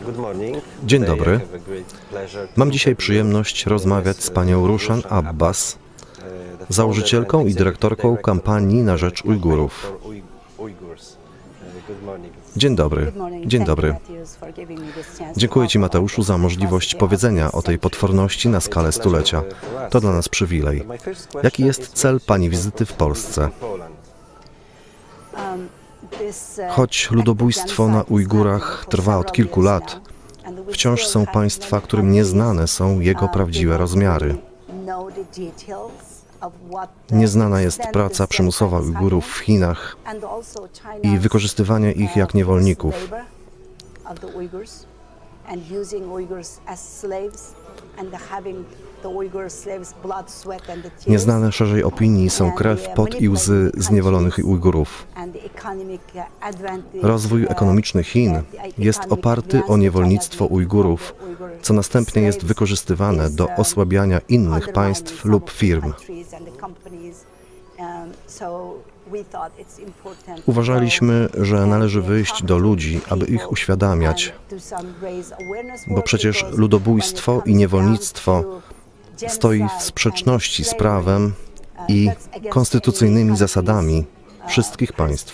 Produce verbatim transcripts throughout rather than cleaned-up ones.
Dzień dobry. Mam dzisiaj przyjemność rozmawiać z panią Rushan Abbas, założycielką i dyrektorką kampanii na rzecz Ujgurów. Dzień dobry. Dzień dobry. Dziękuję ci, Mateuszu, za możliwość powiedzenia o tej potworności na skalę stulecia. To dla nas przywilej. Jaki jest cel pani wizyty w Polsce? Choć ludobójstwo na Ujgurach trwa od kilku lat, wciąż są państwa, którym nieznane są jego prawdziwe rozmiary. Nieznana jest praca przymusowa Ujgurów w Chinach i wykorzystywanie ich jak niewolników. Nieznane szerzej opinii są krew, pot i łzy zniewolonych Ujgurów. Rozwój ekonomiczny Chin jest oparty o niewolnictwo Ujgurów, co następnie jest wykorzystywane do osłabiania innych państw lub firm. Uważaliśmy, że należy wyjść do ludzi, aby ich uświadamiać, bo przecież ludobójstwo i niewolnictwo stoi w sprzeczności z prawem i konstytucyjnymi zasadami wszystkich państw.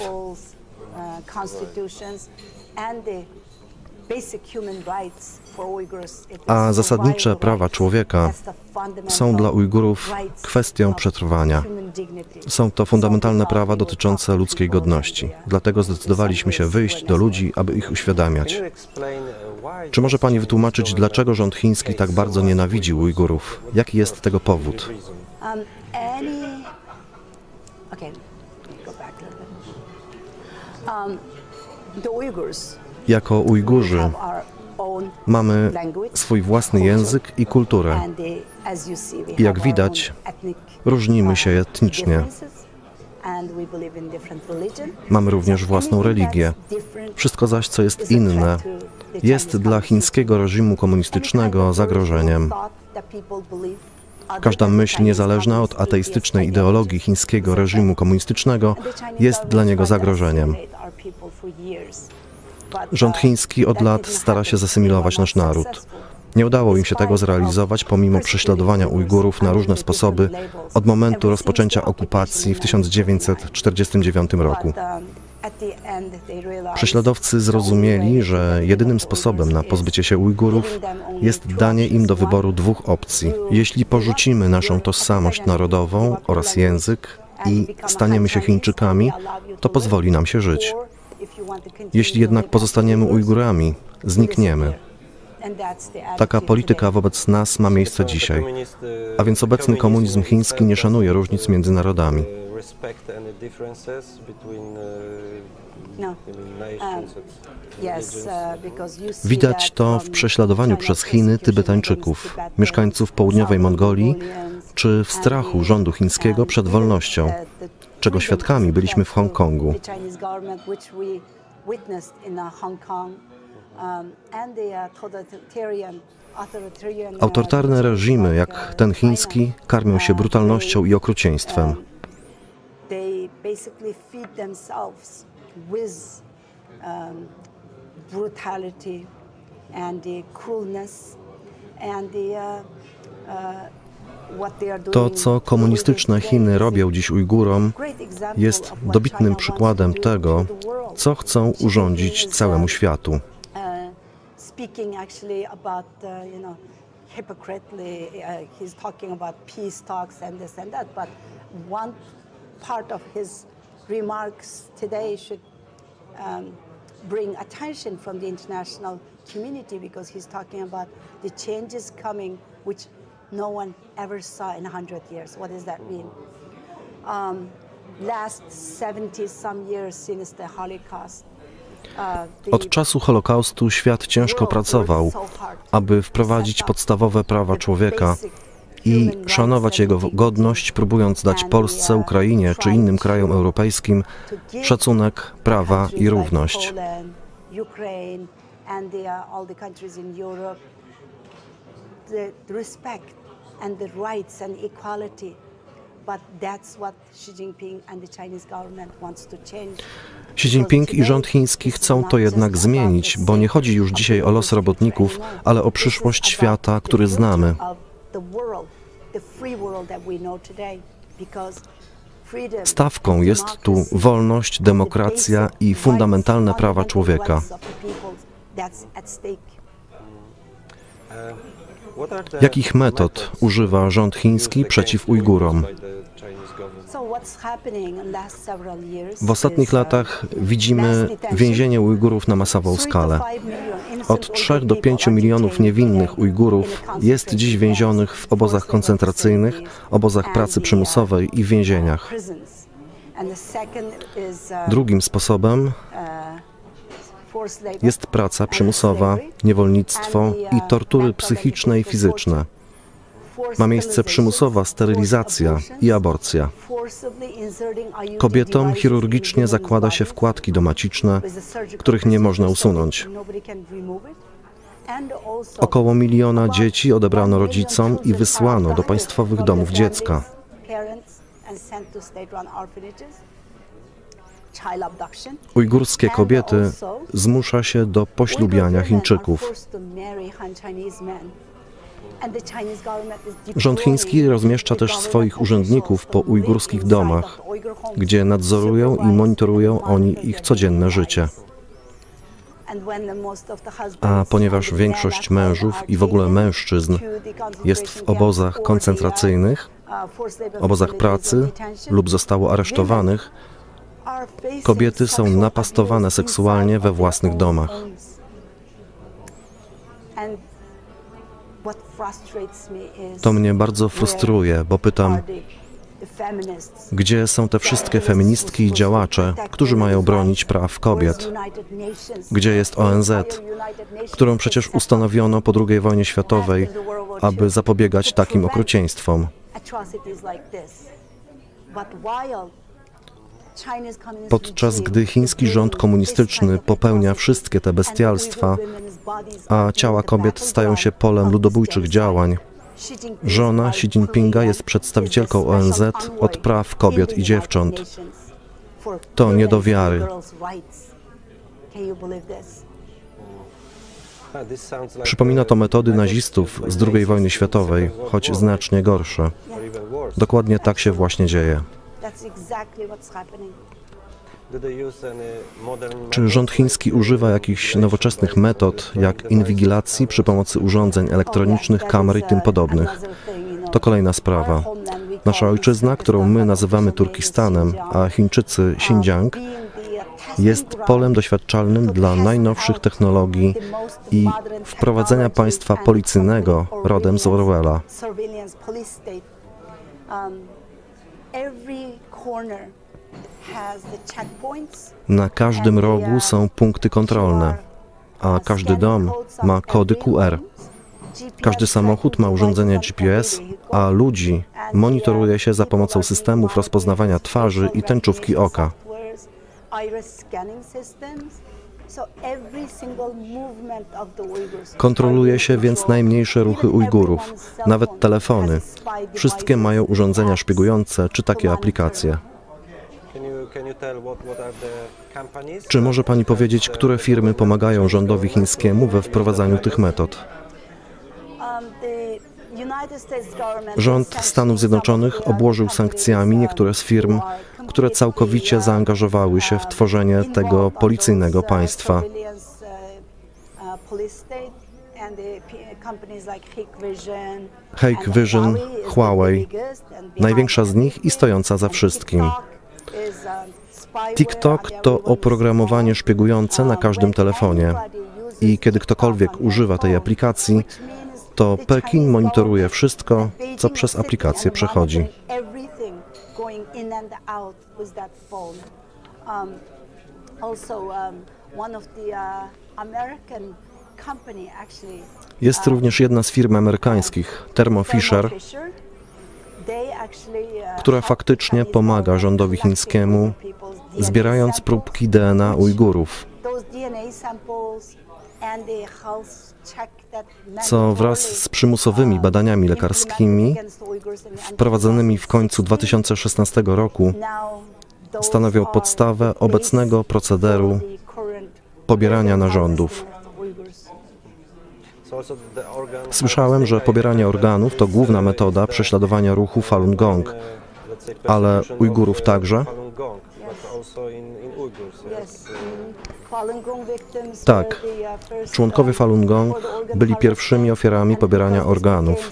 A zasadnicze prawa człowieka są dla Ujgurów kwestią przetrwania. Są to fundamentalne prawa dotyczące ludzkiej godności. Dlatego zdecydowaliśmy się wyjść do ludzi, aby ich uświadamiać. Czy może pani wytłumaczyć, dlaczego rząd chiński tak bardzo nienawidzi Ujgurów? Jaki jest tego powód? Jako Ujgurzy mamy swój własny język i kulturę. I jak widać, różnimy się etnicznie. Mamy również własną religię. Wszystko zaś, co jest inne, jest dla chińskiego reżimu komunistycznego zagrożeniem. Każda myśl niezależna od ateistycznej ideologii chińskiego reżimu komunistycznego jest dla niego zagrożeniem. Rząd chiński od lat stara się zasymilować nasz naród. Nie udało im się tego zrealizować pomimo prześladowania Ujgurów na różne sposoby od momentu rozpoczęcia okupacji w tysiąc dziewięćset czterdziestym dziewiątym roku. Prześladowcy zrozumieli, że jedynym sposobem na pozbycie się Ujgurów jest danie im do wyboru dwóch opcji. Jeśli porzucimy naszą tożsamość narodową oraz język i staniemy się Chińczykami, to pozwoli nam się żyć. Jeśli jednak pozostaniemy Ujgurami, znikniemy. Taka polityka wobec nas ma miejsce dzisiaj, a więc obecny komunizm chiński nie szanuje różnic między narodami. Widać to w prześladowaniu przez Chiny Tybetańczyków, mieszkańców południowej Mongolii, czy w strachu rządu chińskiego przed wolnością, czego świadkami byliśmy w Hongkongu. Autorytarne reżimy, jak ten chiński, karmią się brutalnością i okrucieństwem. To, co komunistyczne Chiny robią dziś Ujgurom, jest dobitnym przykładem tego, co chcą urządzić całemu światu. Bring attention from the international community because he's talking about the changes coming which no one ever saw in a hundred years. What does that mean? Um, last seventy some years since the Holocaust. Od czasu Holokaustu świat ciężko pracował, aby wprowadzić podstawowe prawa człowieka i szanować jego godność, próbując dać Polsce, Ukrainie czy innym krajom europejskim szacunek, prawa i równość. but that's what Xi Jinping and the Chinese government wants to change. Xi Jinping i rząd chiński chcą to jednak zmienić, bo nie chodzi już dzisiaj o los robotników, ale o przyszłość świata, który znamy. Stawką jest tu wolność, demokracja i fundamentalne prawa człowieka. Jakich metod używa rząd chiński przeciw Ujgurom? W ostatnich latach widzimy więzienie Ujgurów na masową skalę. Od trzech do pięciu milionów niewinnych Ujgurów jest dziś więzionych w obozach koncentracyjnych, obozach pracy przymusowej i w więzieniach. Drugim sposobem jest praca przymusowa, niewolnictwo i tortury psychiczne i fizyczne. Ma miejsce przymusowa sterylizacja i aborcja. Kobietom chirurgicznie zakłada się wkładki domaciczne, których nie można usunąć. Około miliona dzieci odebrano rodzicom i wysłano do państwowych domów dziecka. Ujgurskie kobiety zmusza się do poślubiania Chińczyków. Rząd chiński rozmieszcza też swoich urzędników po ujgurskich domach, gdzie nadzorują i monitorują oni ich codzienne życie. A ponieważ większość mężów i w ogóle mężczyzn jest w obozach koncentracyjnych, obozach pracy lub zostało aresztowanych, kobiety są napastowane seksualnie we własnych domach. To mnie bardzo frustruje, bo pytam, gdzie są te wszystkie feministki i działacze, którzy mają bronić praw kobiet? Gdzie jest O N Z, którą przecież ustanowiono po drugiej wojnie światowej, aby zapobiegać takim okrucieństwom? Podczas gdy chiński rząd komunistyczny popełnia wszystkie te bestialstwa, a ciała kobiet stają się polem ludobójczych działań, żona Xi Jinpinga jest przedstawicielką O N Z od praw kobiet i dziewcząt. To nie do wiary. Przypomina to metody nazistów z drugiej wojny światowej, choć znacznie gorsze. Dokładnie tak się właśnie dzieje. Czy rząd chiński używa jakichś nowoczesnych metod, jak inwigilacji przy pomocy urządzeń elektronicznych, kamer i tym podobnych? To kolejna sprawa. Nasza ojczyzna, którą my nazywamy Turkistanem, a Chińczycy Xinjiang, jest polem doświadczalnym dla najnowszych technologii i wprowadzenia państwa policyjnego rodem z Orwella. Na każdym rogu są punkty kontrolne, a każdy dom ma kody Q R. Każdy samochód ma urządzenie G P S, a ludzi monitoruje się za pomocą systemów rozpoznawania twarzy i tęczówki oka. Kontroluje się więc najmniejsze ruchy Ujgurów, nawet telefony. Wszystkie mają urządzenia szpiegujące czy takie aplikacje. Czy może Pani powiedzieć, które firmy pomagają rządowi chińskiemu we wprowadzaniu tych metod? Rząd Stanów Zjednoczonych obłożył sankcjami niektóre z firm, które całkowicie zaangażowały się w tworzenie tego policyjnego państwa. Hikvision, Huawei, największa z nich i stojąca za wszystkim. TikTok to oprogramowanie szpiegujące na każdym telefonie i kiedy ktokolwiek używa tej aplikacji, to Pekin monitoruje wszystko, co przez aplikację przechodzi. Jest również jedna z firm amerykańskich, Thermo Fisher, która faktycznie pomaga rządowi chińskiemu, zbierając próbki D N A Ujgurów. co wraz z przymusowymi badaniami lekarskimi wprowadzonymi w końcu dwa tysiące szesnastego roku stanowią podstawę obecnego procederu pobierania narządów. Słyszałem, że pobieranie organów to główna metoda prześladowania ruchu Falun Gong, ale Ujgurów także? Tak, członkowie Falun Gong byli pierwszymi ofiarami pobierania organów.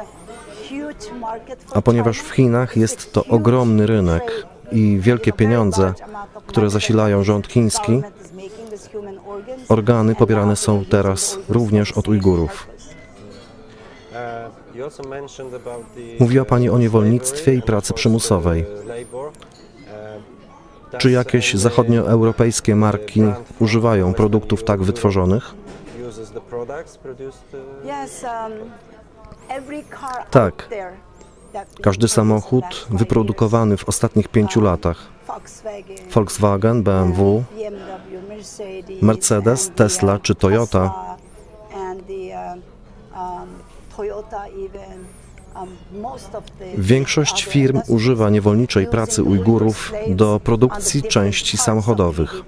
A ponieważ w Chinach jest to ogromny rynek i wielkie pieniądze, które zasilają rząd chiński, organy pobierane są teraz również od Ujgurów. Mówiła Pani o niewolnictwie i pracy przymusowej. Czy jakieś zachodnioeuropejskie marki używają produktów tak wytworzonych? Tak. Każdy samochód wyprodukowany w ostatnich pięciu latach, Volkswagen, B M W, Mercedes, Tesla czy Toyota, większość firm używa niewolniczej pracy Ujgurów do produkcji części samochodowych.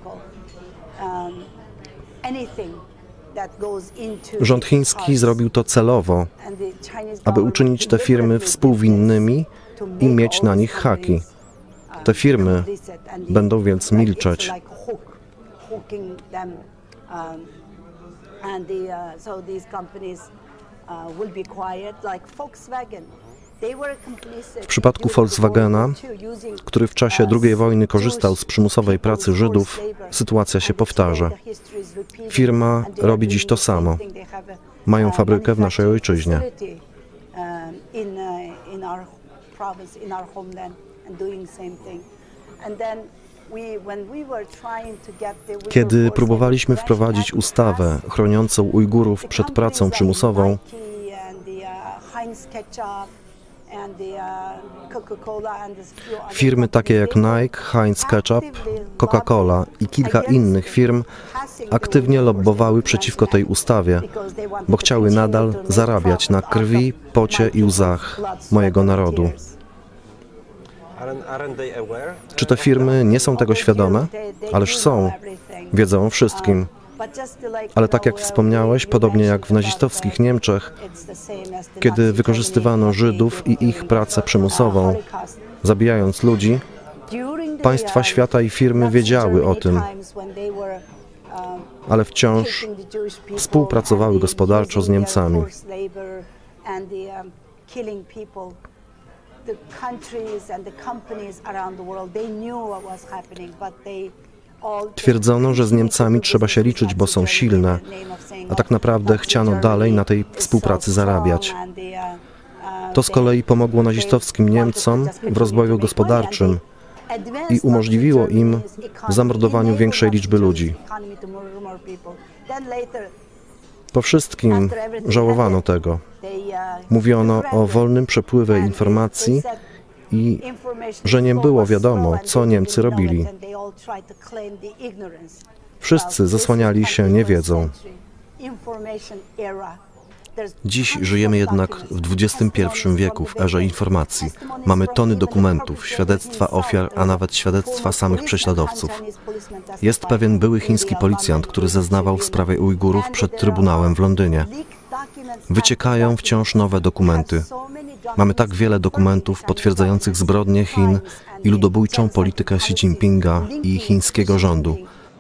Rząd chiński zrobił to celowo, aby uczynić te firmy współwinnymi i mieć na nich haki. Te firmy będą więc milczeć. W przypadku Volkswagena, który w czasie drugiej wojny korzystał z przymusowej pracy Żydów, sytuacja się powtarza. Firma robi dziś to samo. Mają fabrykę w naszej ojczyźnie. Kiedy próbowaliśmy wprowadzić ustawę chroniącą Ujgurów przed pracą przymusową, firmy takie jak Nike, Heinz Ketchup, Coca-Cola i kilka innych firm aktywnie lobbowały przeciwko tej ustawie, bo chciały nadal zarabiać na krwi, pocie i łzach mojego narodu. Czy te firmy nie są tego świadome? Ależ są. Wiedzą o wszystkim. Ale tak jak wspomniałeś, podobnie jak w nazistowskich Niemczech, kiedy wykorzystywano Żydów i ich pracę przymusową, zabijając ludzi, państwa świata i firmy wiedziały o tym, ale wciąż współpracowały gospodarczo z Niemcami. Twierdzono, że z Niemcami trzeba się liczyć, bo są silne, a tak naprawdę chciano dalej na tej współpracy zarabiać. To z kolei pomogło nazistowskim Niemcom w rozwoju gospodarczym i umożliwiło im zamordowaniu większej liczby ludzi. Po wszystkim żałowano tego. Mówiono o wolnym przepływie informacji i że nie było wiadomo, co Niemcy robili. Wszyscy zasłaniali się niewiedzą. Dziś żyjemy jednak w dwudziestym pierwszym wieku, w erze informacji. Mamy tony dokumentów, świadectwa ofiar, a nawet świadectwa samych prześladowców. Jest pewien były chiński policjant, który zeznawał w sprawie Ujgurów przed Trybunałem w Londynie. Wyciekają wciąż nowe dokumenty. Mamy tak wiele dokumentów potwierdzających zbrodnie Chin i ludobójczą politykę Xi Jinpinga i chińskiego rządu.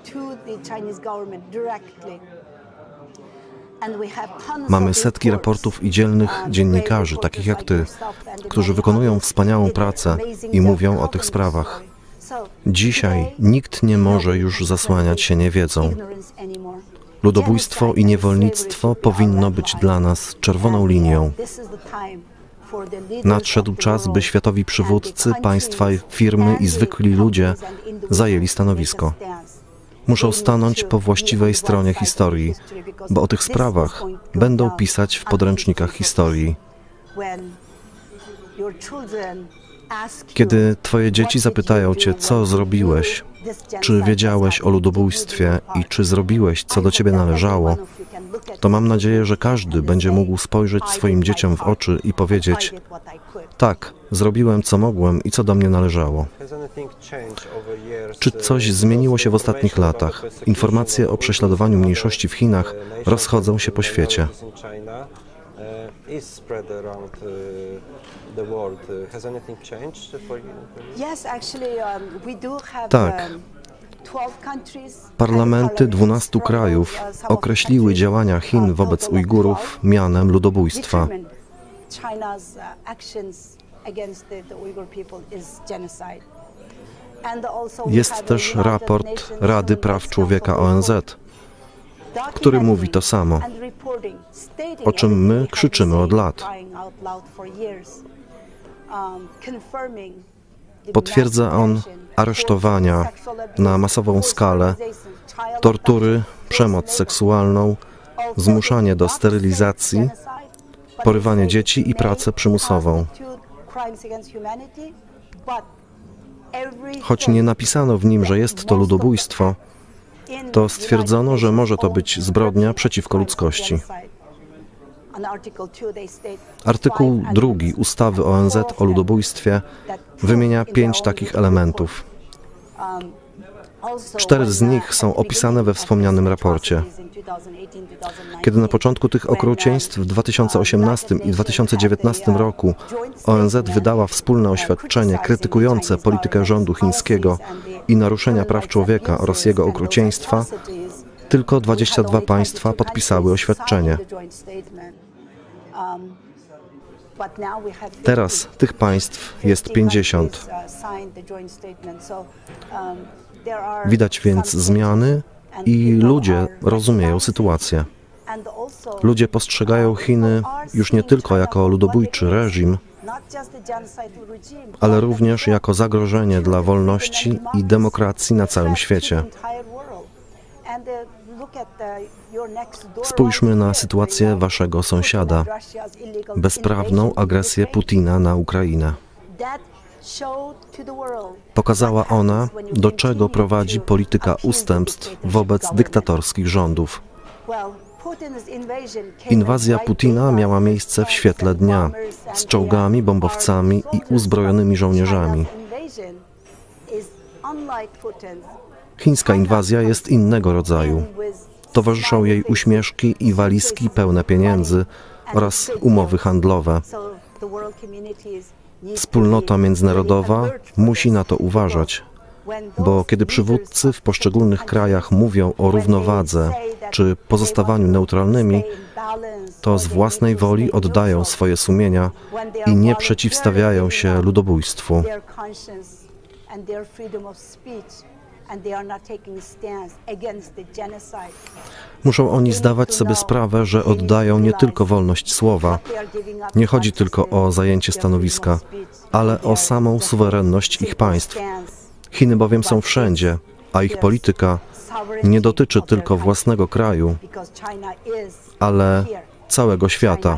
Mamy setki raportów i dzielnych dziennikarzy, takich jak Ty, którzy wykonują wspaniałą pracę i mówią o tych sprawach. Dzisiaj nikt nie może już zasłaniać się niewiedzą. Ludobójstwo i niewolnictwo powinno być dla nas czerwoną linią. Nadszedł czas, by światowi przywódcy, państwa, firmy i zwykli ludzie zajęli stanowisko. Muszą stanąć po właściwej stronie historii, bo o tych sprawach będą pisać w podręcznikach historii. Kiedy Twoje dzieci zapytają Cię, co zrobiłeś, Czy wiedziałeś o ludobójstwie i czy zrobiłeś, co do ciebie należało? To mam nadzieję, że każdy będzie mógł spojrzeć swoim dzieciom w oczy i powiedzieć: tak, zrobiłem, co mogłem i co do mnie należało. Czy coś zmieniło się w ostatnich latach? Informacje o prześladowaniu mniejszości w Chinach rozchodzą się po świecie. Tak. Parlamenty dwunastu krajów określiły działania Chin wobec Ujgurów mianem ludobójstwa. Jest też raport Rady Praw Człowieka O N Z, który mówi to samo, o czym my krzyczymy od lat. Potwierdza on aresztowania na masową skalę, tortury, przemoc seksualną, zmuszanie do sterylizacji, porywanie dzieci i pracę przymusową. Choć nie napisano w nim, że jest to ludobójstwo, to stwierdzono, że może to być zbrodnia przeciwko ludzkości. Artykuł drugi ustawy O N Z o ludobójstwie wymienia pięć takich elementów. Cztery z nich są opisane we wspomnianym raporcie. Kiedy na początku tych okrucieństw w dwa tysiące osiemnastym i dwa tysiące dziewiętnastym roku O N Z wydała wspólne oświadczenie krytykujące politykę rządu chińskiego i naruszenia praw człowieka oraz jego okrucieństwa, tylko dwadzieścia dwa państwa podpisały oświadczenie. Teraz tych państw jest pięćdziesiąt. Widać więc zmiany i ludzie rozumieją sytuację. Ludzie postrzegają Chiny już nie tylko jako ludobójczy reżim, ale również jako zagrożenie dla wolności i demokracji na całym świecie. Spójrzmy na sytuację waszego sąsiada, bezprawną agresję Putina na Ukrainę. Pokazała ona, do czego prowadzi polityka ustępstw wobec dyktatorskich rządów. Inwazja Putina miała miejsce w świetle dnia, z czołgami, bombowcami i uzbrojonymi żołnierzami. Chińska inwazja jest innego rodzaju. Towarzyszą jej uśmieszki i walizki pełne pieniędzy oraz umowy handlowe. Wspólnota międzynarodowa musi na to uważać, bo kiedy przywódcy w poszczególnych krajach mówią o równowadze czy pozostawaniu neutralnymi, to z własnej woli oddają swoje sumienia i nie przeciwstawiają się ludobójstwu. Muszą oni zdawać sobie sprawę, że oddają nie tylko wolność słowa, nie chodzi tylko o zajęcie stanowiska, ale o samą suwerenność ich państw. Chiny bowiem są wszędzie, a ich polityka nie dotyczy tylko własnego kraju, ale całego świata.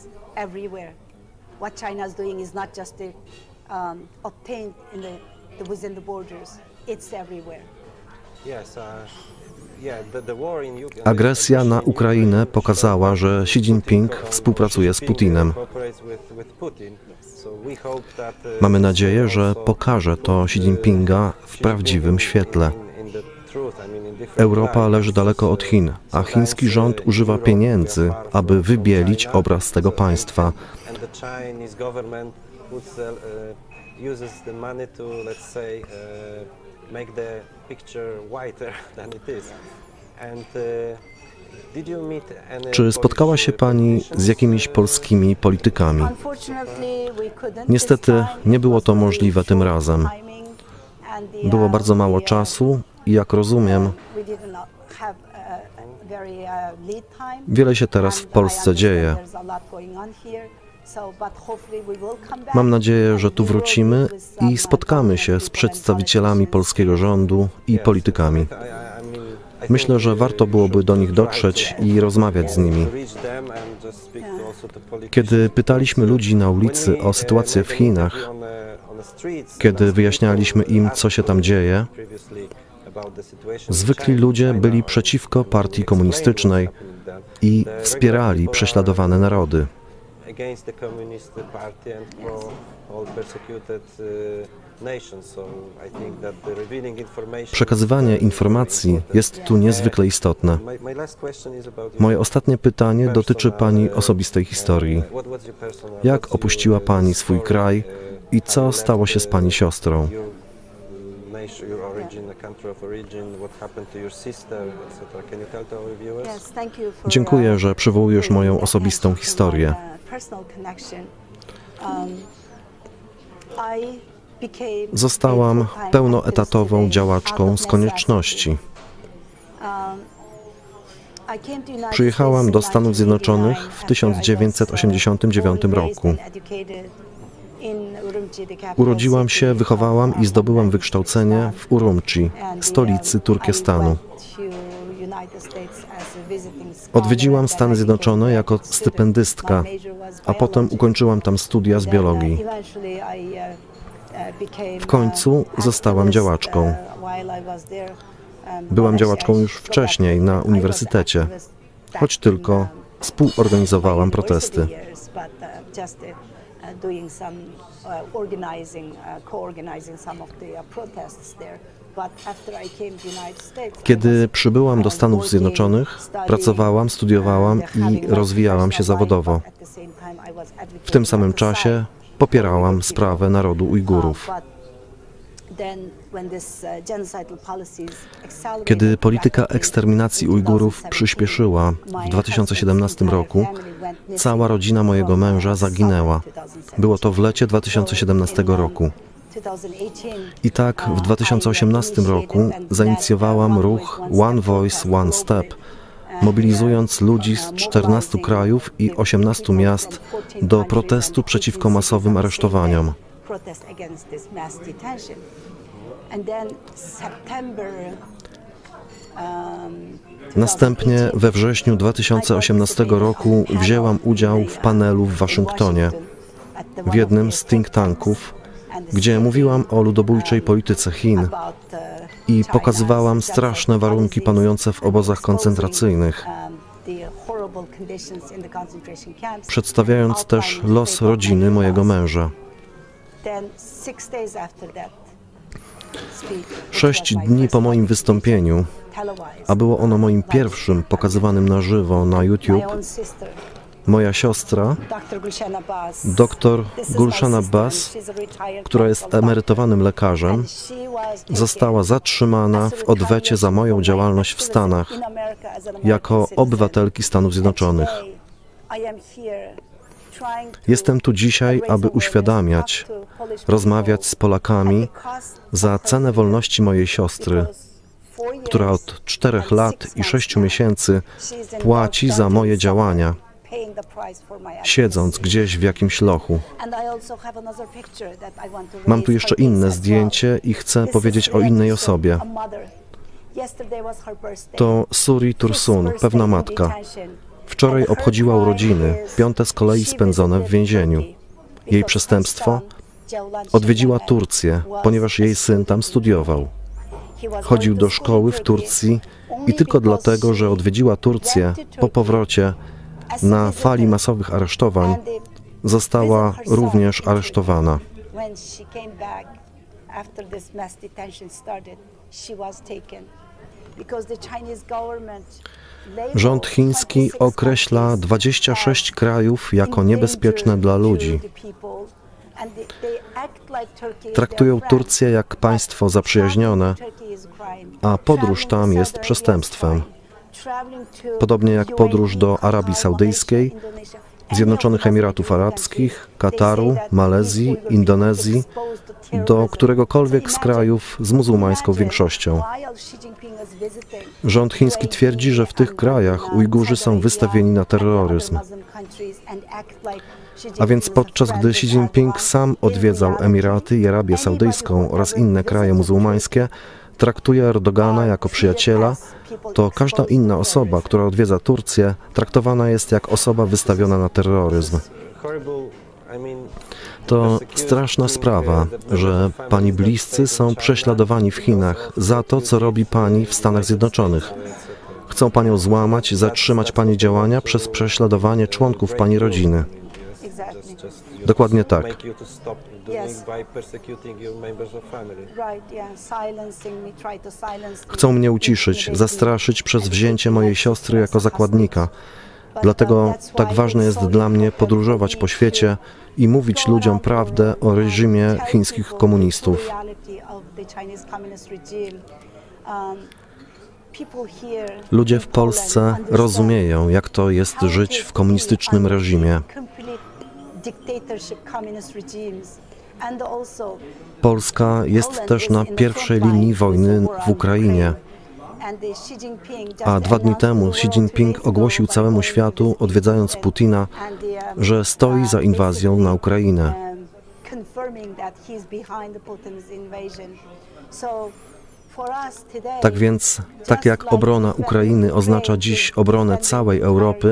Agresja na Ukrainę pokazała, że Xi Jinping współpracuje z Putinem. Mamy nadzieję, że pokaże to Xi Jinpinga w prawdziwym świetle. Europa leży daleko od Chin, a chiński rząd używa pieniędzy, aby wybielić obraz tego państwa. Czy spotkała się Pani z jakimiś polskimi politykami? Niestety nie było to możliwe tym razem. Było bardzo mało czasu i jak rozumiem, wiele się teraz w Polsce dzieje. Mam nadzieję, że tu wrócimy i spotkamy się z przedstawicielami polskiego rządu i politykami. Myślę, że warto byłoby do nich dotrzeć i rozmawiać z nimi. Kiedy pytaliśmy ludzi na ulicy o sytuację w Chinach, Kiedy wyjaśnialiśmy im, co się tam dzieje, zwykli ludzie byli przeciwko partii komunistycznej i wspierali prześladowane narody. Przekazywanie informacji jest tu niezwykle istotne. Moje ostatnie pytanie dotyczy Pani osobistej historii. Jak opuściła Pani swój kraj i co stało się z Pani siostrą? Dziękuję, że przywołujesz moją osobistą historię. Zostałam pełnoetatową działaczką z konieczności. Przyjechałam do Stanów Zjednoczonych w tysiąc dziewięćset osiemdziesiątym dziewiątym roku. Urodziłam się, wychowałam i zdobyłam wykształcenie w Urumqi, stolicy Turkestanu. Odwiedziłam Stany Zjednoczone jako stypendystka, a potem ukończyłam tam studia z biologii. W końcu zostałam działaczką. Byłam działaczką już wcześniej na uniwersytecie, choć tylko współorganizowałam protesty. Kiedy przybyłam do Stanów Zjednoczonych, pracowałam, studiowałam i rozwijałam się zawodowo. W tym samym czasie popierałam sprawę narodu Ujgurów. Kiedy polityka eksterminacji Ujgurów przyspieszyła w dwa tysiące siedemnastym roku, cała rodzina mojego męża zaginęła. Było to w lecie dwa tysiące siedemnastego roku. I tak w dwa tysiące osiemnastym roku zainicjowałam ruch One Voice, One Step, mobilizując ludzi z czternastu krajów i osiemnastu miast do protestu przeciwko masowym aresztowaniom. Następnie we wrześniu dwa tysiące osiemnastego roku wzięłam udział w panelu w Waszyngtonie, w jednym z think tanków, gdzie mówiłam o ludobójczej polityce Chin i pokazywałam straszne warunki panujące w obozach koncentracyjnych, przedstawiając też los rodziny mojego męża. Sześć dni po moim wystąpieniu, a było ono moim pierwszym pokazywanym na żywo na YouTube, moja siostra, doktor Gulshan Abbas, która jest emerytowanym lekarzem, została zatrzymana w odwecie za moją działalność w Stanach jako obywatelki Stanów Zjednoczonych. Jestem tu dzisiaj, aby uświadamiać, rozmawiać z Polakami za cenę wolności mojej siostry, która od czterech lat i sześciu miesięcy płaci za moje działania, siedząc gdzieś w jakimś lochu. Mam tu jeszcze inne zdjęcie i chcę powiedzieć o innej osobie. To Suri Tursun, pewna matka. Wczoraj obchodziła urodziny, piąte z kolei spędzone w więzieniu. Jej przestępstwo? Odwiedziła Turcję, ponieważ jej syn tam studiował. Chodził do szkoły w Turcji i tylko dlatego, że odwiedziła Turcję, po powrocie na fali masowych aresztowań, została również aresztowana. Rząd chiński określa dwadzieścia sześć krajów jako niebezpieczne dla ludzi. Traktują Turcję jak państwo zaprzyjaźnione, a podróż tam jest przestępstwem. Podobnie jak podróż do Arabii Saudyjskiej, Zjednoczonych Emiratów Arabskich, Kataru, Malezji, Indonezji, do któregokolwiek z krajów z muzułmańską większością. Rząd chiński twierdzi, że w tych krajach Ujgurzy są wystawieni na terroryzm. A więc podczas gdy Xi Jinping sam odwiedzał Emiraty i Arabię Saudyjską oraz inne kraje muzułmańskie, traktuje Erdogana jako przyjaciela, to każda inna osoba, która odwiedza Turcję, traktowana jest jak osoba wystawiona na terroryzm. To straszna sprawa, że pani bliscy są prześladowani w Chinach za to, co robi pani w Stanach Zjednoczonych. Chcą panią złamać, zatrzymać pani działania przez prześladowanie członków pani rodziny. Dokładnie tak. Chcą mnie uciszyć, zastraszyć przez wzięcie mojej siostry jako zakładnika. Dlatego tak ważne jest dla mnie podróżować po świecie i mówić ludziom prawdę o reżimie chińskich komunistów. Ludzie w Polsce rozumieją, jak to jest żyć w komunistycznym reżimie. Polska jest też na pierwszej linii wojny w Ukrainie. A dwa dni temu Xi Jinping ogłosił całemu światu, odwiedzając Putina, że stoi za inwazją na Ukrainę. Tak więc, tak jak obrona Ukrainy oznacza dziś obronę całej Europy,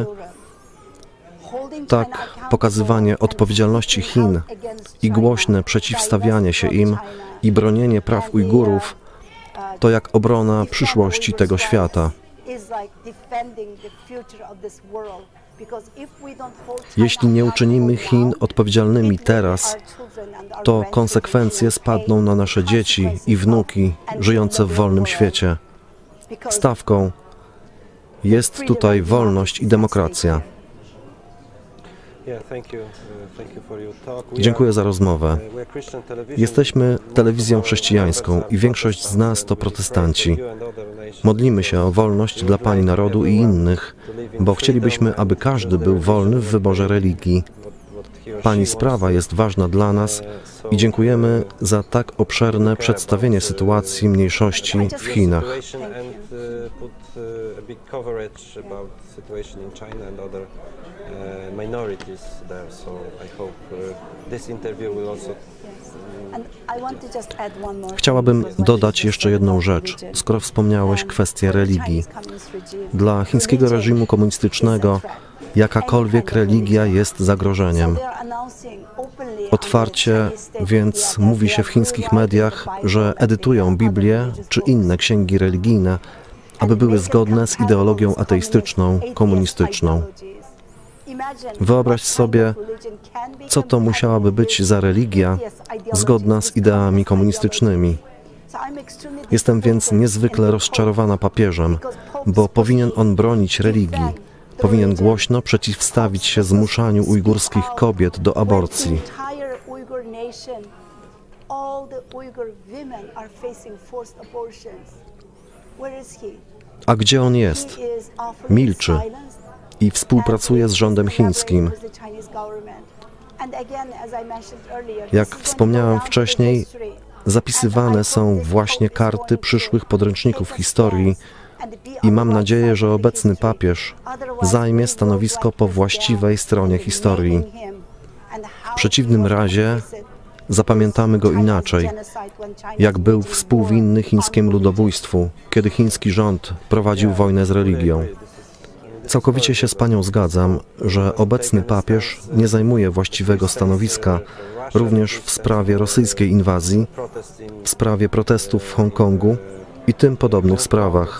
tak pokazywanie odpowiedzialności Chin i głośne przeciwstawianie się im i bronienie praw Ujgurów to jak obrona przyszłości tego świata. Jeśli nie uczynimy Chin odpowiedzialnymi teraz, to konsekwencje spadną na nasze dzieci i wnuki żyjące w wolnym świecie. Stawką jest tutaj wolność i demokracja. Dziękuję za rozmowę. Jesteśmy telewizją chrześcijańską i większość z nas to protestanci. Modlimy się o wolność dla Pani narodu i innych, bo chcielibyśmy, aby każdy był wolny w wyborze religii. Pani sprawa jest ważna dla nas i dziękujemy za tak obszerne przedstawienie sytuacji mniejszości w Chinach. Chciałabym dodać jeszcze jedną rzecz, skoro wspomniałeś kwestię religii. Dla chińskiego reżimu komunistycznego jakakolwiek religia jest zagrożeniem. Otwarcie więc mówi się w chińskich mediach, że edytują Biblię czy inne księgi religijne, aby były zgodne z ideologią ateistyczną, komunistyczną. Wyobraź sobie, co to musiałaby być za religia zgodna z ideami komunistycznymi. Jestem więc niezwykle rozczarowana papieżem, bo powinien on bronić religii. Powinien głośno przeciwstawić się zmuszaniu ujgurskich kobiet do aborcji. A gdzie on jest? Milczy i współpracuje z rządem chińskim. Jak wspomniałem wcześniej, zapisywane są właśnie karty przyszłych podręczników historii i mam nadzieję, że obecny papież zajmie stanowisko po właściwej stronie historii. W przeciwnym razie zapamiętamy go inaczej, jak był współwinny chińskiemu ludobójstwu, kiedy chiński rząd prowadził wojnę z religią. Całkowicie się z Panią zgadzam, że obecny papież nie zajmuje właściwego stanowiska również w sprawie rosyjskiej inwazji, w sprawie protestów w Hongkongu i tym podobnych sprawach.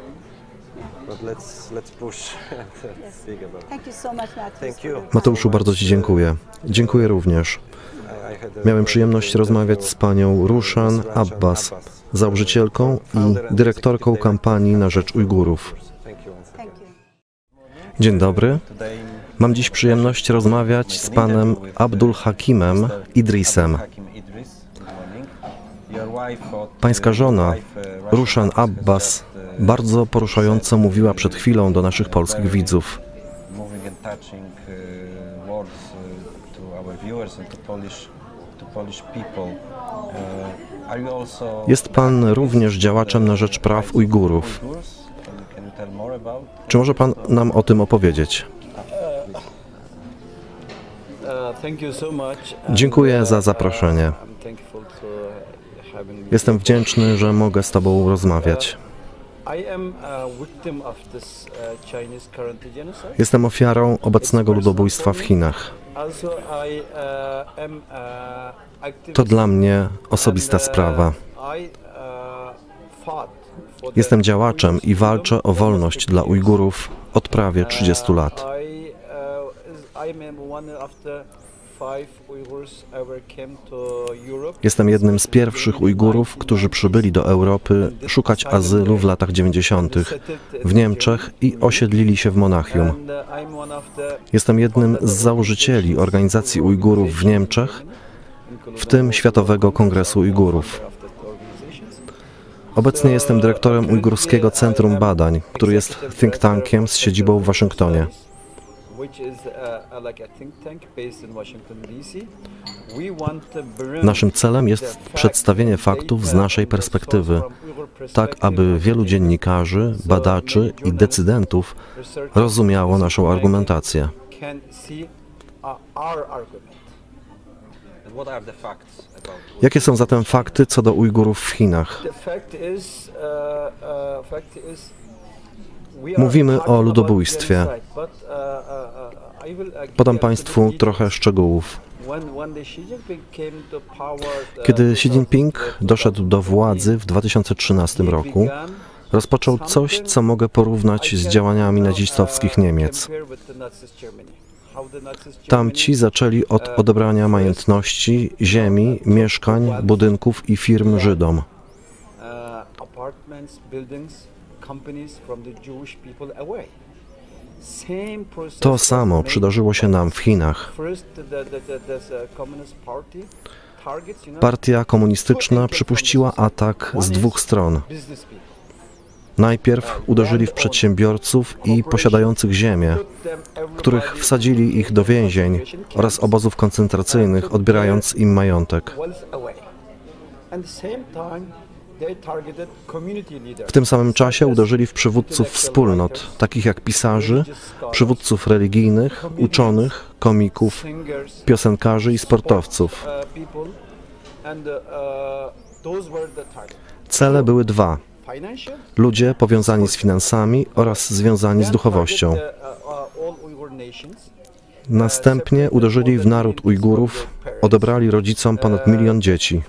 Mateuszu, bardzo Ci dziękuję. Dziękuję również. Miałem przyjemność rozmawiać z panią Rushan Abbas, założycielką i dyrektorką kampanii na rzecz Ujgurów. Dzień dobry. Mam dziś przyjemność rozmawiać z panem Abdul Hakimem Idrisem. Pańska żona, Rushan Abbas, bardzo poruszająco mówiła przed chwilą do naszych polskich widzów. Jest pan również działaczem na rzecz praw Ujgurów. Czy może pan nam o tym opowiedzieć? Dziękuję za zaproszenie. Jestem wdzięczny, że mogę z tobą rozmawiać. Jestem ofiarą obecnego ludobójstwa w Chinach. To dla mnie osobista sprawa. Jestem działaczem i walczę o wolność dla Ujgurów od prawie trzydziestu lat. Jestem jednym z pierwszych Ujgurów, którzy przybyli do Europy szukać azylu w latach dziewięćdziesiątych w Niemczech i osiedlili się w Monachium. Jestem jednym z założycieli organizacji Ujgurów w Niemczech, w tym Światowego Kongresu Ujgurów. Obecnie jestem dyrektorem Ujgurskiego Centrum Badań, który jest think tankiem z siedzibą w Waszyngtonie. Naszym celem jest przedstawienie faktów z naszej perspektywy, tak aby wielu dziennikarzy, badaczy i decydentów rozumiało naszą argumentację. Jakie są zatem fakty co do Ujgurów w Chinach? Mówimy o ludobójstwie. Podam Państwu trochę szczegółów. Kiedy Xi Jinping doszedł do władzy w dwa tysiące trzynastym roku, rozpoczął coś, co mogę porównać z działaniami nazistowskich Niemiec. Tamci zaczęli od odebrania majątności, ziemi, mieszkań, budynków i firm Żydom. To samo przydarzyło się nam w Chinach. Partia komunistyczna przypuściła atak z dwóch stron. Najpierw uderzyli w przedsiębiorców i posiadających ziemię, których wsadzili ich do więzień oraz obozów koncentracyjnych, odbierając im majątek. W tym samym czasie uderzyli w przywódców wspólnot, takich jak pisarzy, przywódców religijnych, uczonych, komików, piosenkarzy i sportowców. Cele były dwa. Ludzie powiązani z finansami oraz związani z duchowością. Następnie uderzyli w naród Ujgurów, odebrali rodzicom ponad milion dzieci.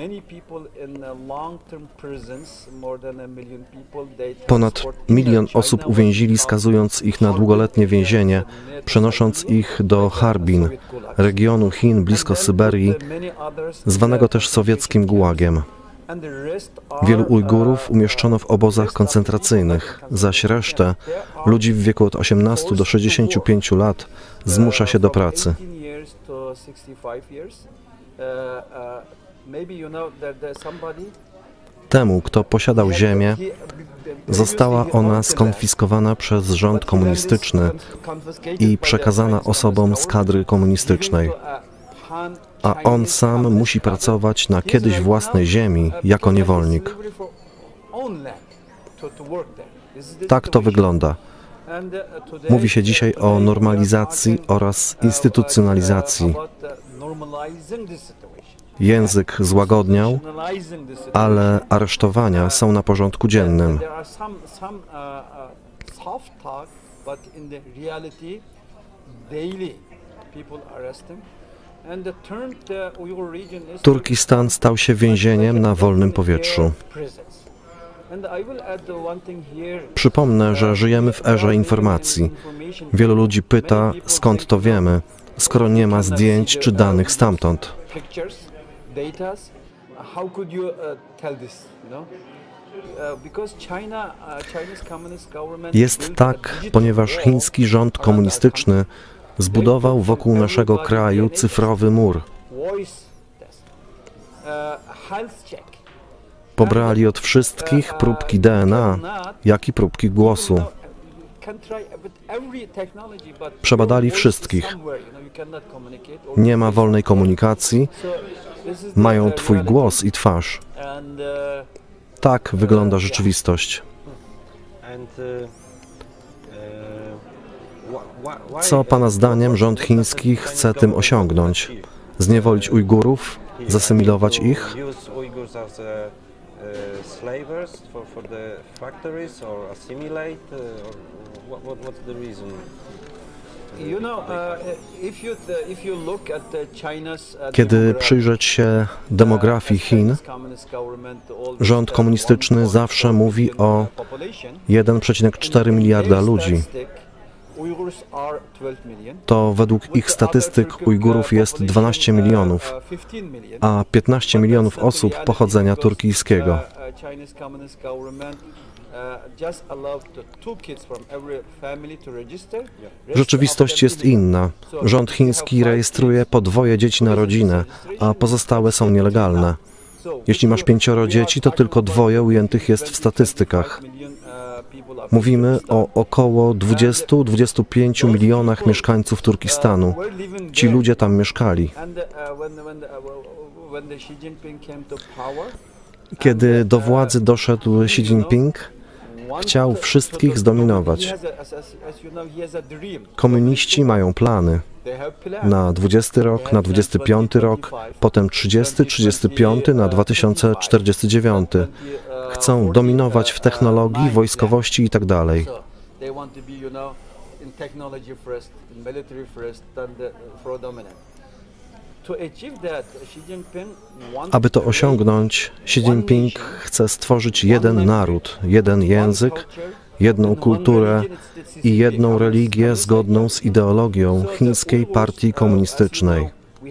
Ponad milion osób uwięzili, skazując ich na długoletnie więzienie, przenosząc ich do Harbin, regionu Chin blisko Syberii, zwanego też sowieckim gułagiem. Wielu Ujgurów umieszczono w obozach koncentracyjnych, zaś resztę, ludzi w wieku od osiemnastu do sześćdziesięciu pięciu lat, zmusza się do pracy. Temu, kto posiadał ziemię, została ona skonfiskowana przez rząd komunistyczny i przekazana osobom z kadry komunistycznej. A on sam musi pracować na kiedyś własnej ziemi jako niewolnik. Tak to wygląda. Mówi się dzisiaj o normalizacji oraz instytucjonalizacji. Język złagodniał, ale aresztowania są na porządku dziennym. Turkistan stał się więzieniem na wolnym powietrzu. Przypomnę, że żyjemy w erze informacji. Wielu ludzi pyta, skąd to wiemy, skoro nie ma zdjęć czy danych stamtąd. Jest tak, ponieważ chiński rząd komunistyczny zbudował wokół naszego kraju cyfrowy mur. Pobrali od wszystkich próbki D N A, jak i próbki głosu. Przebadali wszystkich. Nie ma wolnej komunikacji. Mają twój głos i twarz. Tak wygląda rzeczywistość. Co Pana zdaniem rząd chiński chce tym osiągnąć? Zniewolić Ujgurów? Zasymilować ich? uh, slavers for, for the factories or assimilate? Uh, or what, what, what's the reason? You know, uh, if you uh, if you look at uh, China's uh, Kiedy demographic, przyjrzeć się demografii Chin, rząd komunistyczny zawsze mówi o jeden przecinek cztery miliarda ludzi. To według ich statystyk Ujgurów jest dwanaście milionów, a piętnaście milionów osób pochodzenia turkijskiego. Rzeczywistość jest inna. Rząd chiński rejestruje po dwoje dzieci na rodzinę, a pozostałe są nielegalne. Jeśli masz pięcioro dzieci, to tylko dwoje ujętych jest w statystykach. Mówimy o około dwudziestu do dwudziestu pięciu milionach mieszkańców Turkistanu. Ci ludzie tam mieszkali. Kiedy do władzy doszedł Xi Jinping, chciał wszystkich zdominować. Komuniści mają plany na dwudziesty rok, na dwudziesty piąty rok, potem trzydziesty, trzydziesty piąty, na dwa tysiące czterdziesty dziewiąty. Chcą dominować w technologii, wojskowości i tak dalej. Aby to osiągnąć, Xi Jinping chce stworzyć jeden naród, jeden język, jedną kulturę i jedną religię zgodną z ideologią chińskiej partii komunistycznej.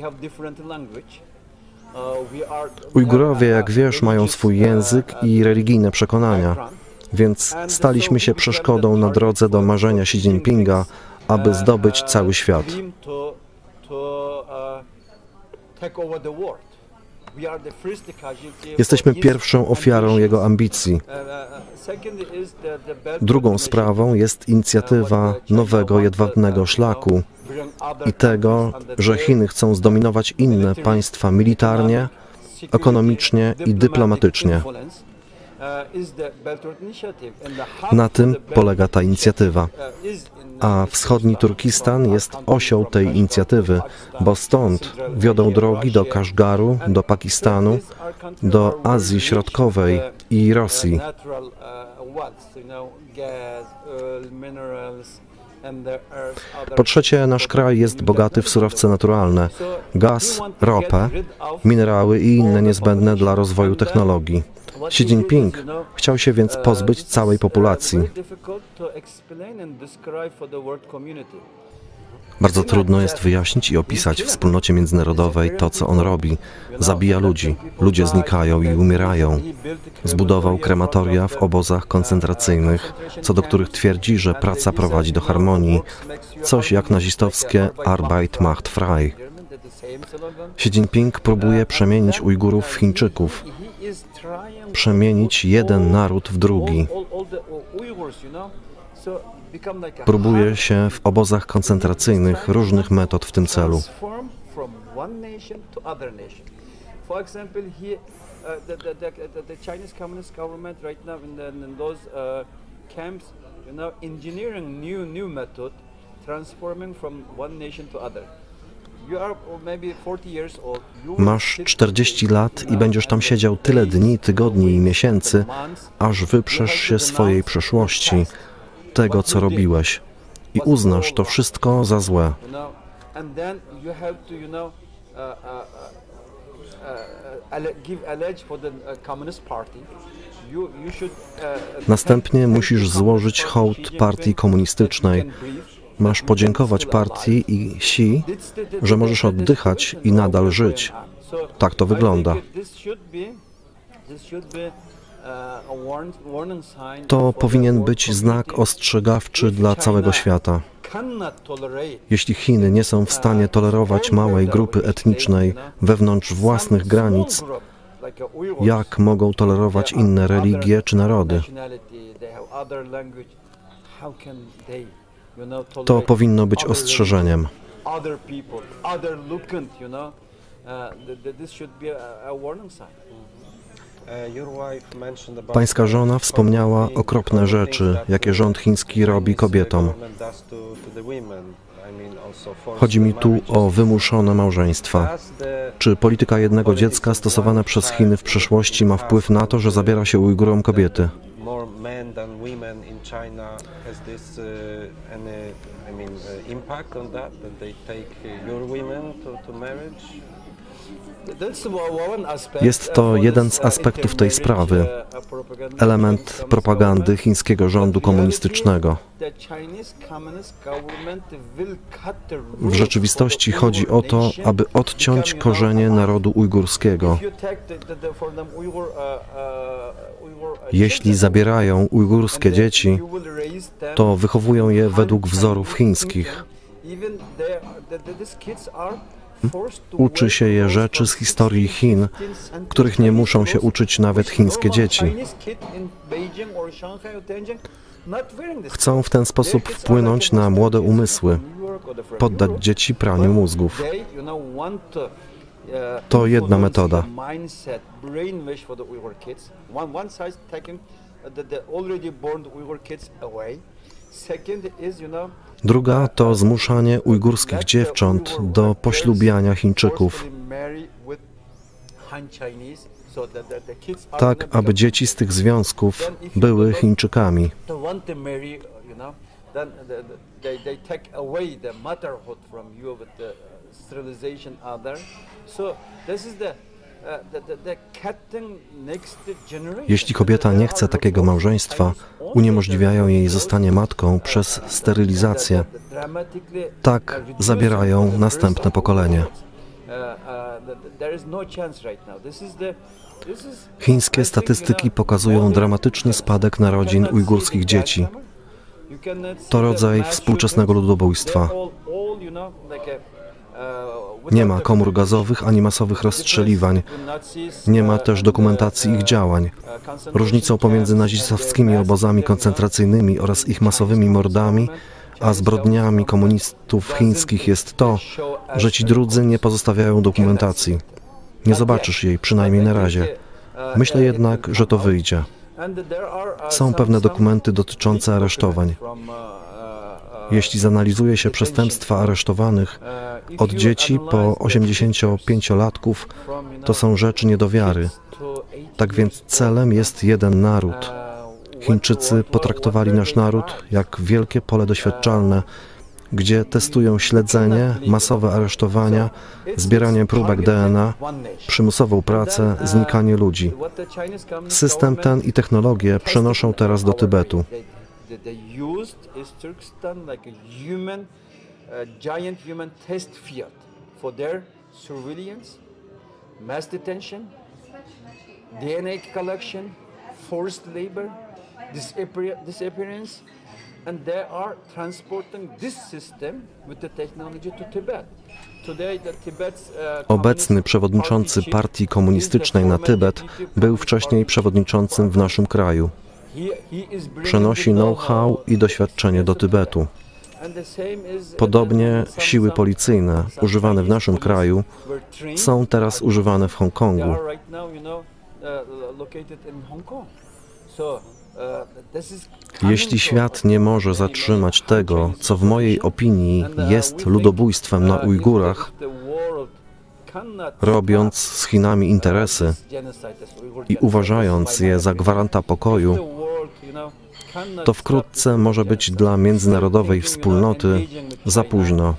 Ujgurowie, jak wiesz, mają swój język i religijne przekonania, więc staliśmy się przeszkodą na drodze do marzenia Xi Jinpinga, aby zdobyć cały świat. Jesteśmy pierwszą ofiarą jego ambicji. Drugą sprawą jest inicjatywa nowego jedwabnego szlaku i tego, że Chiny chcą zdominować inne państwa militarnie, ekonomicznie i dyplomatycznie. Na tym polega ta inicjatywa. A wschodni Turkistan jest osią tej inicjatywy, bo stąd wiodą drogi do Kaszgaru, do Pakistanu, do Azji Środkowej i Rosji. Po trzecie, nasz kraj jest bogaty w surowce naturalne, gaz, ropę, minerały i inne niezbędne dla rozwoju technologii. Xi Jinping chciał się więc pozbyć całej populacji. Bardzo trudno jest wyjaśnić i opisać wspólnocie międzynarodowej to, co on robi. Zabija ludzi, ludzie znikają i umierają. Zbudował krematoria w obozach koncentracyjnych, co do których twierdzi, że praca prowadzi do harmonii. Coś jak nazistowskie Arbeit macht frei. Xi Jinping próbuje przemienić Ujgurów w Chińczyków. Przemienić jeden naród w drugi. Próbuje się w obozach koncentracyjnych różnych metod w tym celu. Masz czterdzieści lat i będziesz tam siedział tyle dni, tygodni i miesięcy, aż wyprzesz się swojej przeszłości, tego, co robiłeś, i uznasz to wszystko za złe. Następnie musisz złożyć hołd partii komunistycznej. Masz podziękować partii i Xi, że możesz oddychać i nadal żyć. Tak to wygląda. To powinien być znak ostrzegawczy dla całego świata. Jeśli Chiny nie są w stanie tolerować małej grupy etnicznej wewnątrz własnych granic, jak mogą tolerować inne religie czy narody? To powinno być ostrzeżeniem. Pańska żona wspomniała okropne rzeczy, jakie rząd chiński robi kobietom. Chodzi mi tu o wymuszone małżeństwa. Czy polityka jednego dziecka stosowana przez Chiny w przeszłości ma wpływ na to, że zabiera się Ujgurom kobiety? Jest to jeden z aspektów tej sprawy, element propagandy chińskiego rządu komunistycznego. W rzeczywistości chodzi o to, aby odciąć korzenie narodu ujgurskiego. Jeśli zabierają ujgurskie dzieci, to wychowują je według wzorów chińskich. Uczy się je rzeczy z historii Chin, których nie muszą się uczyć nawet chińskie dzieci. Chcą w ten sposób wpłynąć na młode umysły, poddać dzieci praniu mózgów. To jedna metoda. Druga to zmuszanie ujgurskich dziewcząt do poślubiania Chińczyków, tak aby dzieci z tych związków były Chińczykami. Jeśli kobieta nie chce takiego małżeństwa, uniemożliwiają jej zostanie matką przez sterylizację. Tak zabierają następne pokolenie. Chińskie statystyki pokazują dramatyczny spadek narodzin ujgurskich dzieci. To rodzaj współczesnego ludobójstwa. Nie ma komór gazowych ani masowych rozstrzeliwań. Nie ma też dokumentacji ich działań. Różnicą pomiędzy nazistowskimi obozami koncentracyjnymi oraz ich masowymi mordami, a zbrodniami komunistów chińskich jest to, że ci drudzy nie pozostawiają dokumentacji. Nie zobaczysz jej, przynajmniej na razie. Myślę jednak, że to wyjdzie. Są pewne dokumenty dotyczące aresztowań. Jeśli zanalizuje się przestępstwa aresztowanych, od dzieci po osiemdziesięciopięciolatków, to są rzeczy nie do wiary. Tak więc celem jest jeden naród. Chińczycy potraktowali nasz naród jak wielkie pole doświadczalne, gdzie testują śledzenie, masowe aresztowania, zbieranie próbek D N A, przymusową pracę, znikanie ludzi. System ten i technologie przenoszą teraz do Tybetu. Giant human test field for their surveillance, mass detention, D N A collection, forced labor, disappearance, and they are transporting this system with the technology to Tibet. Obecny przewodniczący partii komunistycznej na Tybet był wcześniej przewodniczącym w naszym kraju. Przenosi know-how i doświadczenie do Tybetu. Podobnie siły policyjne używane w naszym kraju są teraz używane w Hongkongu. Jeśli świat nie może zatrzymać tego, co w mojej opinii jest ludobójstwem na Ujgurach, robiąc z Chinami interesy i uważając je za gwaranta pokoju, to wkrótce może być dla międzynarodowej wspólnoty za późno.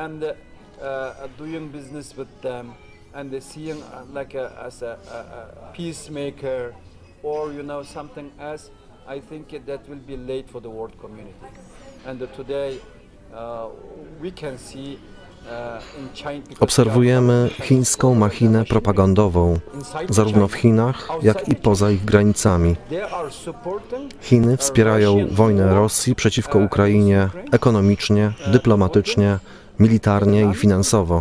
Obserwujemy chińską machinę propagandową, zarówno w Chinach, jak i poza ich granicami. Chiny wspierają wojnę Rosji przeciwko Ukrainie ekonomicznie, dyplomatycznie, militarnie i finansowo.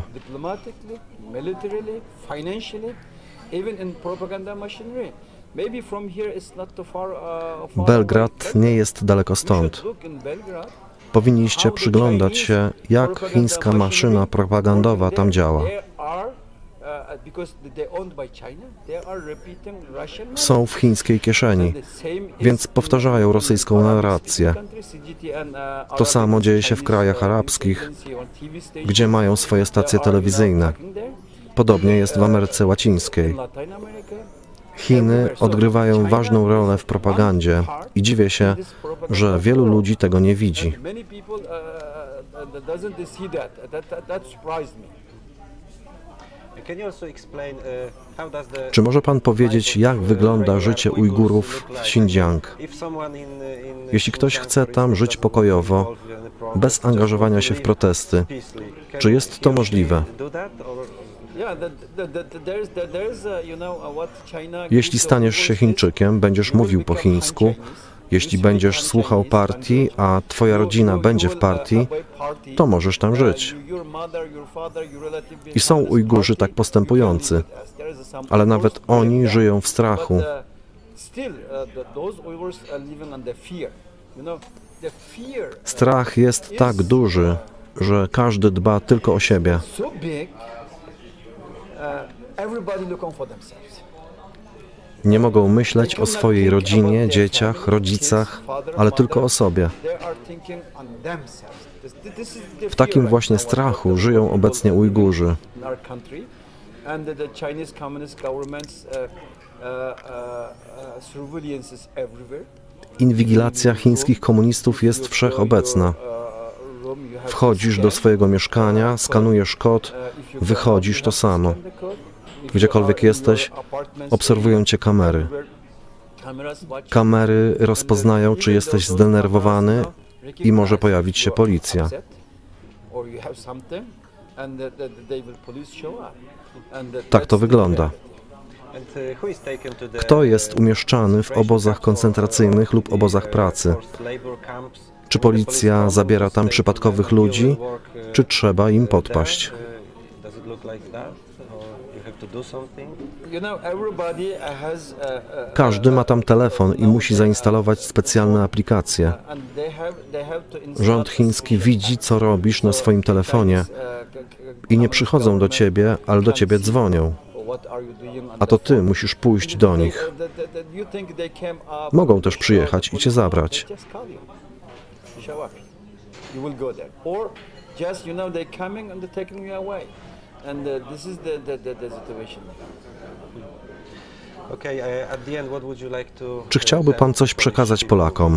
Belgrad nie jest daleko stąd. Powinniście przyglądać się, jak chińska maszyna propagandowa tam działa. są w chińskiej kieszeni, więc powtarzają rosyjską narrację. To samo dzieje się w krajach arabskich, gdzie mają swoje stacje telewizyjne. Podobnie jest w Ameryce Łacińskiej. Chiny odgrywają ważną rolę w propagandzie i dziwię się, że wielu ludzi tego nie widzi. Czy może Pan powiedzieć, jak wygląda życie Ujgurów w Xinjiang? Jeśli ktoś chce tam żyć pokojowo, bez angażowania się w protesty, czy jest to możliwe? Jeśli staniesz się Chińczykiem, będziesz mówił po chińsku, jeśli będziesz słuchał partii, a twoja rodzina będzie w partii, to możesz tam żyć. I są Ujgurzy tak postępujący, ale nawet oni żyją w strachu. Strach jest tak duży, że każdy dba tylko o siebie. Nie mogą myśleć o swojej rodzinie, dzieciach, rodzicach, ale tylko o sobie. W takim właśnie strachu żyją obecnie Ujgurzy. Inwigilacja chińskich komunistów jest wszechobecna. Wchodzisz do swojego mieszkania, skanujesz kod, wychodzisz to samo. Gdziekolwiek jesteś, obserwują cię kamery. Kamery rozpoznają, czy jesteś zdenerwowany i może pojawić się policja. Tak to wygląda. Kto jest umieszczany w obozach koncentracyjnych lub obozach pracy? Czy policja zabiera tam przypadkowych ludzi, czy trzeba im podpaść? Każdy ma tam telefon i musi zainstalować specjalne aplikacje. Rząd chiński widzi, co robisz na swoim telefonie i nie przychodzą do ciebie, ale do ciebie dzwonią. A to ty musisz pójść do nich. Mogą też przyjechać i cię zabrać. Czy chciałby Pan coś przekazać Polakom?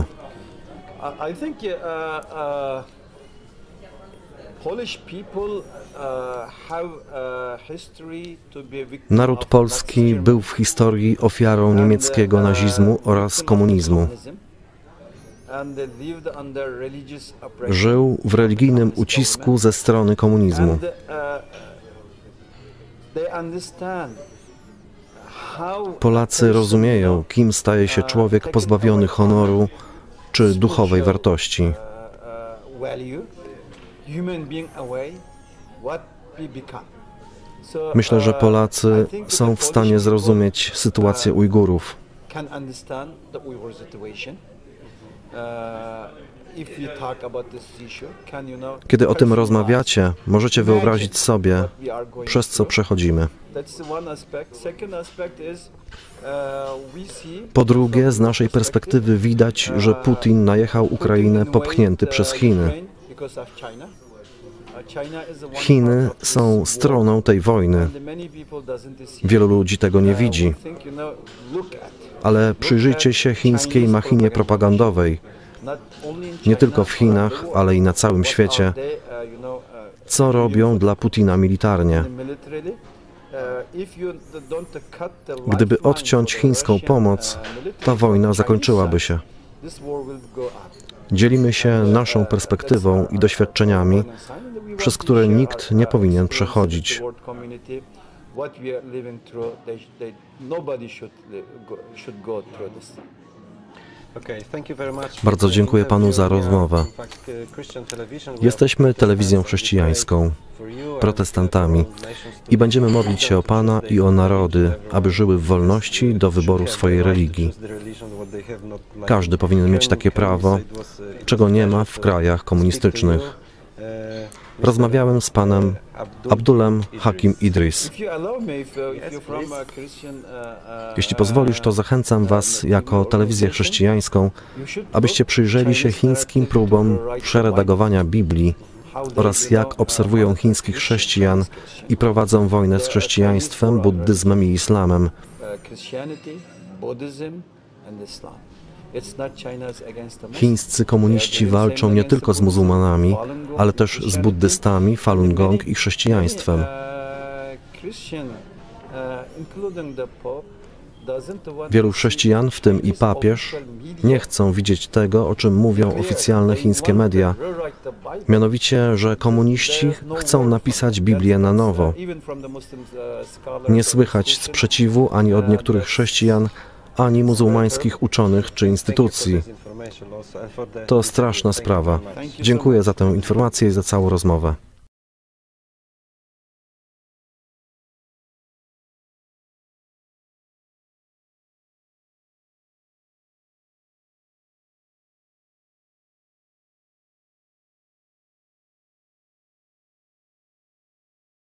Naród polski był w historii ofiarą niemieckiego nazizmu oraz komunizmu. Żył w religijnym ucisku ze strony komunizmu. Polacy rozumieją, kim staje się człowiek pozbawiony honoru czy duchowej wartości. Myślę, że Polacy są w stanie zrozumieć sytuację Ujgurów. Kiedy o tym rozmawiacie, możecie wyobrazić sobie, przez co przechodzimy. Po drugie, z naszej perspektywy widać, że Putin najechał Ukrainę popchnięty przez Chiny. Chiny są stroną tej wojny. Wielu ludzi tego nie widzi. Ale przyjrzyjcie się chińskiej machinie propagandowej, nie tylko w Chinach, ale i na całym świecie, co robią dla Putina militarnie. Gdyby odciąć chińską pomoc, ta wojna zakończyłaby się. Dzielimy się naszą perspektywą i doświadczeniami, przez które nikt nie powinien przechodzić. Bardzo dziękuję Panu za rozmowę. Jesteśmy telewizją chrześcijańską, protestantami i będziemy modlić się o Pana i o narody, aby żyły w wolności do wyboru swojej religii. Każdy powinien mieć takie prawo, czego nie ma w krajach komunistycznych. Rozmawiałem z panem Abdulem Hakim Idris. If you allow me, if, uh, if you're from a Christian, uh, uh, Jeśli pozwolisz, to zachęcam was jako telewizję chrześcijańską, abyście przyjrzeli się chińskim próbom przeredagowania Biblii oraz jak obserwują chińskich chrześcijan i prowadzą wojnę z chrześcijaństwem, buddyzmem i islamem. uh, Christianity, Buddhism, and Islam. It's not China's against the Muslims. Chińscy komuniści walczą nie tylko z muzułmanami, ale też z buddystami, Falun Gong i chrześcijaństwem. Uh, Christian, uh, including the Pope, doesn't want Wielu to see chrześcijan, w tym i Chinese papież, official media nie chcą widzieć tego, o czym mówią oficjalne chińskie media, mianowicie, że komuniści chcą napisać Biblię na nowo. Nie słychać sprzeciwu ani od niektórych chrześcijan, ani muzułmańskich uczonych czy instytucji. To straszna sprawa. Dziękuję za tę informację i za całą rozmowę.